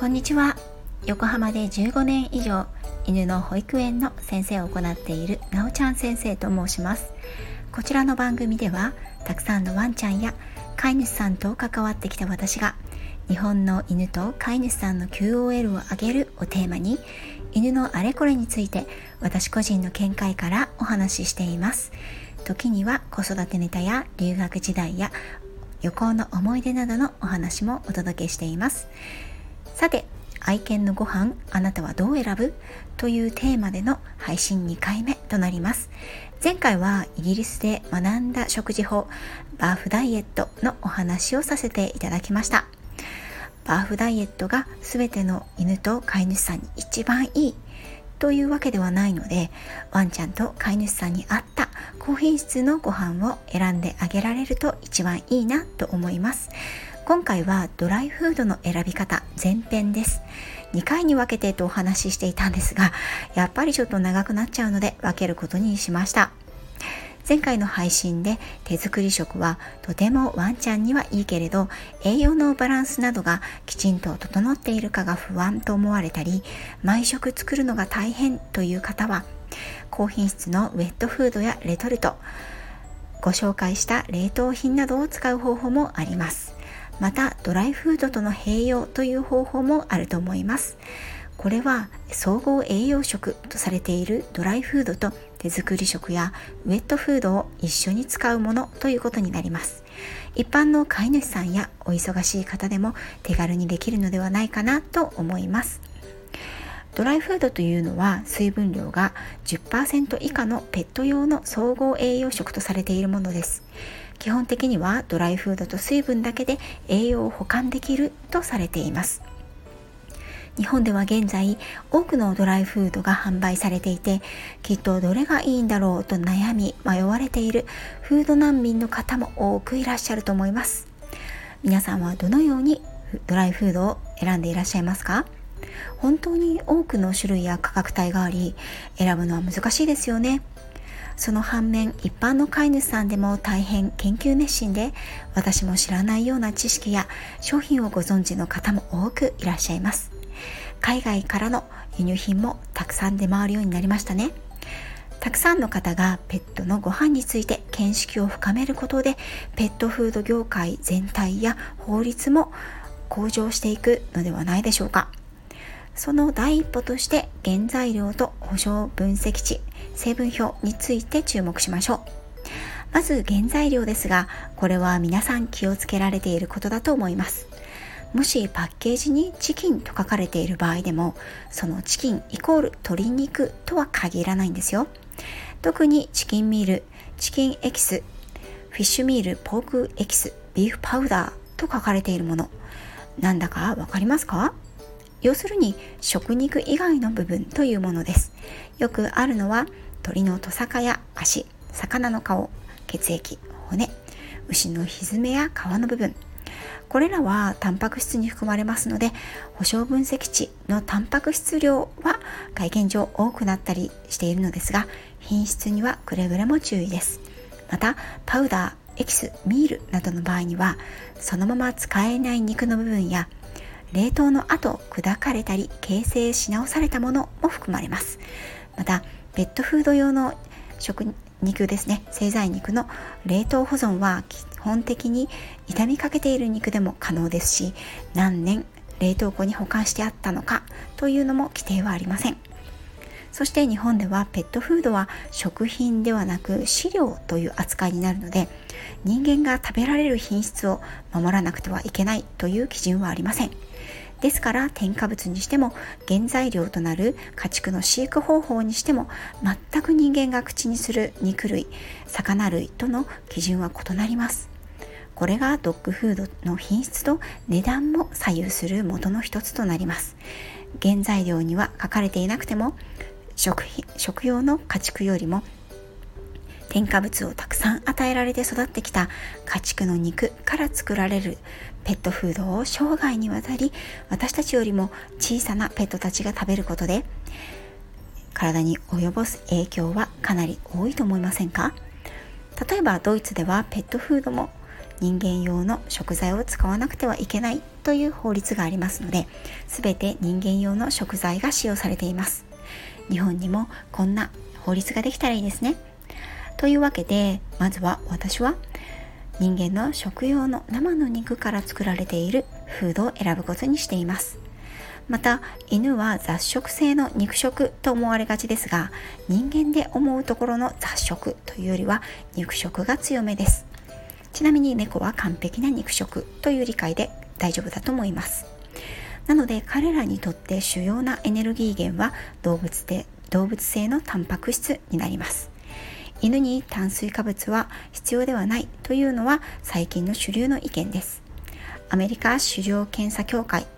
こんにちは。横浜で15年以上犬の保育園の先生を行っているなおちゃん先生と申します。こちらの番組ではたくさんのワンちゃんや飼い主さんと関わってきた私が日本の犬と飼い主さんの QOL を上げるをテーマに犬のあれこれについて私個人の見解からお話ししています。時には子育てネタや留学時代や旅行の思い出などのお話もお届けしています。さて、愛犬のご飯あなたはどう選ぶというテーマでの配信2回目となります。前回はイギリスで学んだ食事法バーフダイエットのお話をさせていただきました。バーフダイエットが全ての犬と飼い主さんに一番いいというわけではないので、ワンちゃんと飼い主さんに合った高品質のご飯を選んであげられると一番いいなと思います。今回はドライフードの選び方前編です。2回に分けてとお話ししていたんですが、やっぱりちょっと長くなっちゃうので分けることにしました。前回の配信で手作り食はとてもワンちゃんにはいいけれど栄養のバランスなどがきちんと整っているかが不安と思われたり、毎食作るのが大変という方は高品質のウェットフードやレトルト、ご紹介した冷凍品などを使う方法もあります。またドライフードとの併用という方法もあると思います。これは総合栄養食とされているドライフードと手作り食やウェットフードを一緒に使うものということになります。一般の飼い主さんやお忙しい方でも手軽にできるのではないかなと思います。ドライフードというのは水分量が 10% 以下のペット用の総合栄養食とされているものです。基本的にはドライフードと水分だけで栄養を補完できるとされています。日本では現在多くのドライフードが販売されていて、きっとどれがいいんだろうと悩み迷われているフード難民の方も多くいらっしゃると思います。皆さんはどのようにドライフードを選んでいらっしゃいますか？本当に多くの種類や価格帯があり、選ぶのは難しいですよね。その反面、一般の飼い主さんでも大変研究熱心で、私も知らないような知識や商品をご存知の方も多くいらっしゃいます。海外からの輸入品もたくさん出回るようになりましたね。たくさんの方がペットのご飯について見識を深めることで、ペットフード業界全体や法律も向上していくのではないでしょうか。その第一歩として原材料と保証分析値、成分表について注目しましょう。まず原材料ですが、これは皆さん気をつけられていることだと思います。もしパッケージにチキンと書かれている場合でも、そのチキンイコール鶏肉とは限らないんですよ。特にチキンミール、チキンエキス、フィッシュミール、ポークエキス、ビーフパウダーと書かれているもの、なんだかわかりますか？要するに食肉以外の部分というものです。よくあるのは鶏のトサカや足、魚の顔、血液、骨、牛のひづめや皮の部分、これらはタンパク質に含まれますので、保証分析値のタンパク質量は外見上多くなったりしているのですが、品質にはくれぐれも注意です。またパウダー、エキス、ミールなどの場合には、そのまま使えない肉の部分や冷凍の後砕かれたり形成し直されたものも含まれます。またペットフード用の食肉ですね、製材肉の冷凍保存は基本的に傷みかけている肉でも可能ですし、何年冷凍庫に保管してあったのかというのも規定はありません。そして日本ではペットフードは食品ではなく飼料という扱いになるので、人間が食べられる品質を守らなくてはいけないという基準はありません。ですから添加物にしても原材料となる家畜の飼育方法にしても、全く人間が口にする肉類、魚類との基準は異なります。これがドッグフードの品質と値段も左右する元の一つとなります。原材料には書かれていなくても、食用の家畜よりも添加物をたくさん与えられて育ってきた家畜の肉から作られるペットフードを生涯にわたり私たちよりも小さなペットたちが食べることで、体に及ぼす影響はかなり多いと思いませんか？例えばドイツではペットフードも人間用の食材を使わなくてはいけないという法律がありますので、すべて人間用の食材が使用されています。日本にもこんな法律ができたらいいですね。というわけで、まずは私は人間の食用の生の肉から作られているフードを選ぶことにしています。また、犬は雑食性の肉食と思われがちですが、人間で思うところの雑食というよりは肉食が強めです。ちなみに猫は完璧な肉食という理解で大丈夫だと思います。なので彼らにとって主要なエネルギー源は動物性のタンパク質になります。犬に炭水化物は必要ではないというのは最近の主流の意見です。アメリカ狩猟検査協会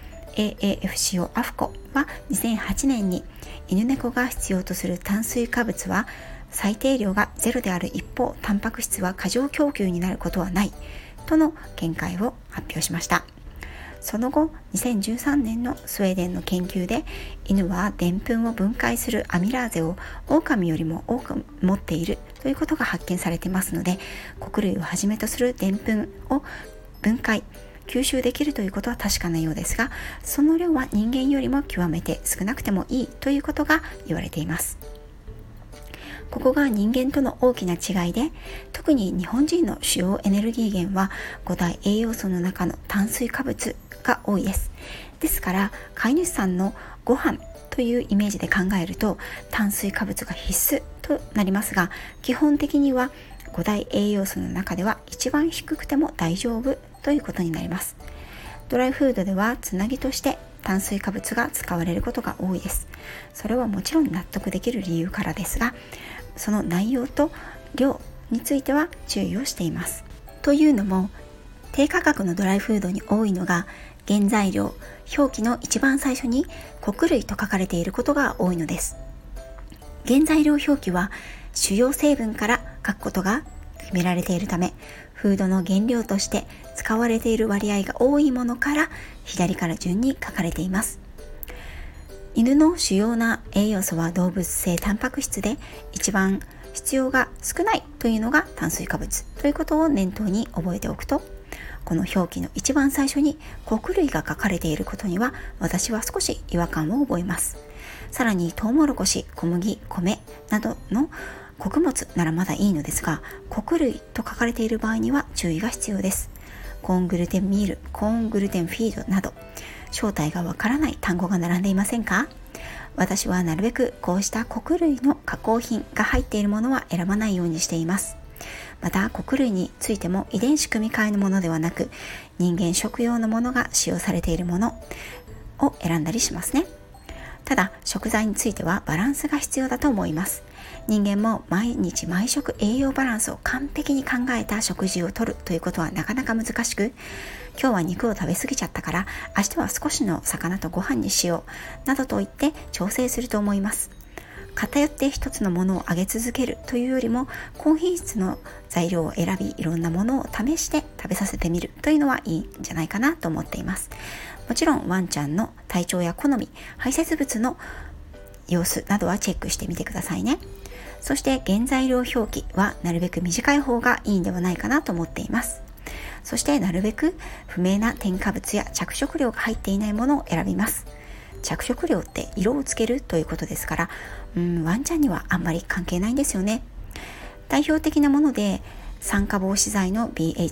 AAFCO アフコは2008年に犬猫が必要とする炭水化物は最低量がゼロである一方、タンパク質は過剰供給になることはないとの見解を発表しました。その後、2013年のスウェーデンの研究で、犬はでんぷんを分解するアミラーゼを狼よりも多く持っているということが発見されていますので、穀類をはじめとするでんぷんを分解吸収できるということは確かなようですが、その量は人間よりも極めて少なくてもいいということが言われています。ここが人間との大きな違いで、特に日本人の主要エネルギー源は5大栄養素の中の炭水化物が多いです。ですから飼い主さんのご飯というイメージで考えると炭水化物が必須となりますが、基本的には5大栄養素の中では一番低くても大丈夫ということになります。ドライフードではつなぎとして炭水化物が使われることが多いです。それはもちろん納得できる理由からですが、その内容と量については注意をしています。というのも、低価格のドライフードに多いのが原材料表記の一番最初に穀類と書かれていることが多いのです。原材料表記は主要成分から書くことが決められているため、フードの原料として使われている割合が多いものから左から順に書かれています。犬の主要な栄養素は動物性タンパク質で、一番必要が少ないというのが炭水化物ということを念頭に覚えておくと、この表記の一番最初に穀類が書かれていることには私は少し違和感を覚えます。さらにトウモロコシ、小麦、米などの穀物ならまだいいのですが、穀類と書かれている場合には注意が必要です。コーングルテンミール、コーングルテンフィードなど正体がわからない単語が並んでいませんか？私はなるべくこうした穀類の加工品が入っているものは選ばないようにしています。また穀類についても遺伝子組み換えのものではなく、人間食用のものが使用されているものを選んだりしますね。ただ食材についてはバランスが必要だと思います。人間も毎日毎食栄養バランスを完璧に考えた食事をとるということはなかなか難しく、今日は肉を食べ過ぎちゃったから明日は少しの魚とご飯にしようなどと言って調整すると思います。偏って一つのものを揚げ続けるというよりも、高品質の材料を選び、いろんなものを試して食べさせてみるというのはいいんじゃないかなと思っています。もちろんワンちゃんの体調や好み、排泄物の様子などはチェックしてみてくださいね。そして原材料表記はなるべく短い方がいいんではないかなと思っています。そしてなるべく不明な添加物や着色料が入っていないものを選びます。着色料って色をつけるということですから、ワンちゃんにはあんまり関係ないんですよね。代表的なもので酸化防止剤の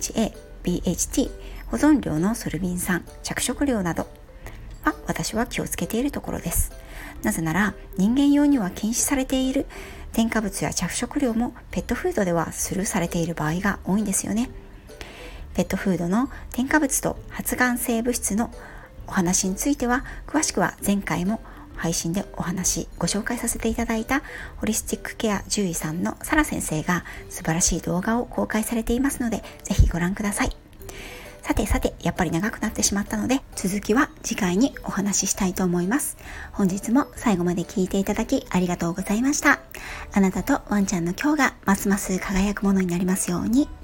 BHA、BHT、保存料のソルビン酸、着色料などは私は気をつけているところです。なぜなら人間用には禁止されている添加物や着色料もペットフードではスルーされている場合が多いんですよね。ペットフードの添加物と発がん性物質のお話については、詳しくは前回も配信でご紹介させていただいたホリスティックケア獣医さんのサラ先生が素晴らしい動画を公開されていますので、ぜひご覧ください。さて、やっぱり長くなってしまったので、続きは次回にお話ししたいと思います。本日も最後まで聞いていただきありがとうございました。あなたとワンちゃんの今日がますます輝くものになりますように。